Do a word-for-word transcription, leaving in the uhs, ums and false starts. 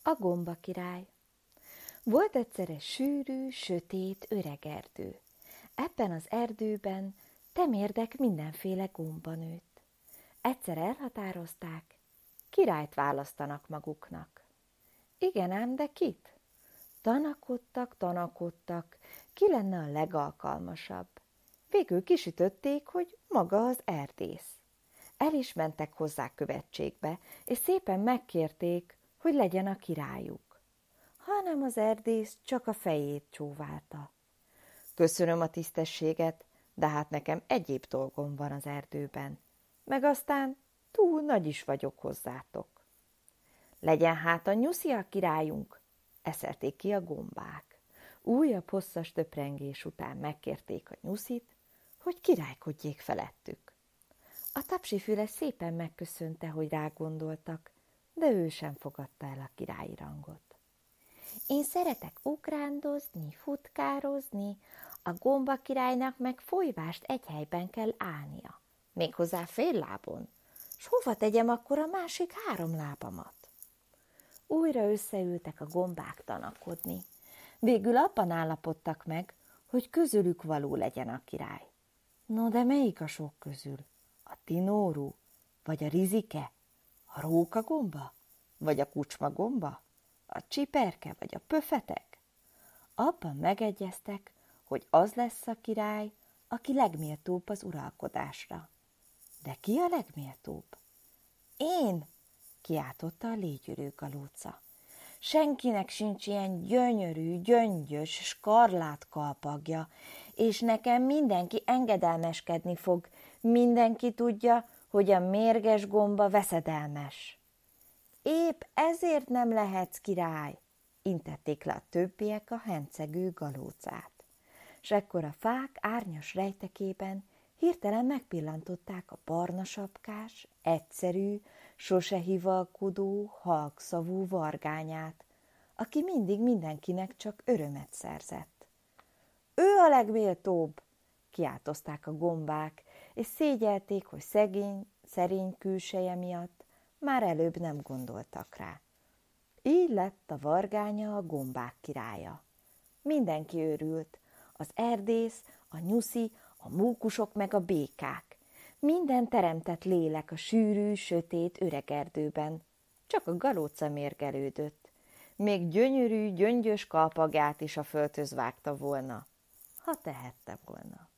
A gomba király. Volt egyszer egy sűrű, sötét, öreg erdő. Ebben az erdőben temérdek mindenféle gomba nőtt. Egyszer elhatározták, királyt választanak maguknak. Igen ám, de kit? Tanakodtak, tanakodtak, ki lenne a legalkalmasabb. Végül kisütötték, hogy maga az erdész. El is mentek hozzá követségbe, és szépen megkérték, hogy legyen a királyuk. Hanem az erdész csak a fejét csóválta. Köszönöm a tisztességet, de hát nekem egyéb dolgom van az erdőben, meg aztán túl nagy is vagyok hozzátok. Legyen hát a nyuszi a királyunk, eszelték ki a gombák. Újabb hosszas töprengés után megkérték a nyuszit, hogy királykodjék felettük. A tapsifüle szépen megköszönte, hogy rágondoltak, de ő sem fogadta el a királyi rangot. Én szeretek ugrándozni, futkározni, a gomba királynak meg folyvást egy helyben kell állnia, méghozzá fél lábon, s hova tegyem akkor a másik három lábamat? Újra összeültek a gombák tanakodni. Végül abban állapodtak meg, hogy közülük való legyen a király. No, de melyik a sok közül? A tinórú, vagy a rizike, a rókagomba, vagy a kucsmagomba, a csiperke, vagy a pöfetek? Abban megegyeztek, hogy az lesz a király, aki legméltóbb az uralkodásra. De ki a legméltóbb? Én! Kiáltotta a légyűrű galóca. Senkinek sincs ilyen gyönyörű, gyöngyös, skarlát kalpagja, és nekem mindenki engedelmeskedni fog, mindenki tudja, hogy a mérges gomba veszedelmes. Épp ezért nem lehetsz király, intették le a többiek a hencegő galócát. S ekkor a fák árnyas rejtekében hirtelen megpillantották a barna sapkás, egyszerű, sose hivalkodó, halkszavú vargányát, aki mindig mindenkinek csak örömet szerzett. Ő a legméltóbb, kiáltozták a gombák, és szégyelték, hogy szegény, szerény külseje miatt már előbb nem gondoltak rá. Így lett a vargánya a gombák királya. Mindenki örült, az erdész, a nyuszi, a mókusok meg a békák. Minden teremtett lélek a sűrű, sötét öregerdőben. Csak a galóca mérgelődött. Még gyönyörű, gyöngyös kalpagját is a földhöz vágta volna, ha tehette volna.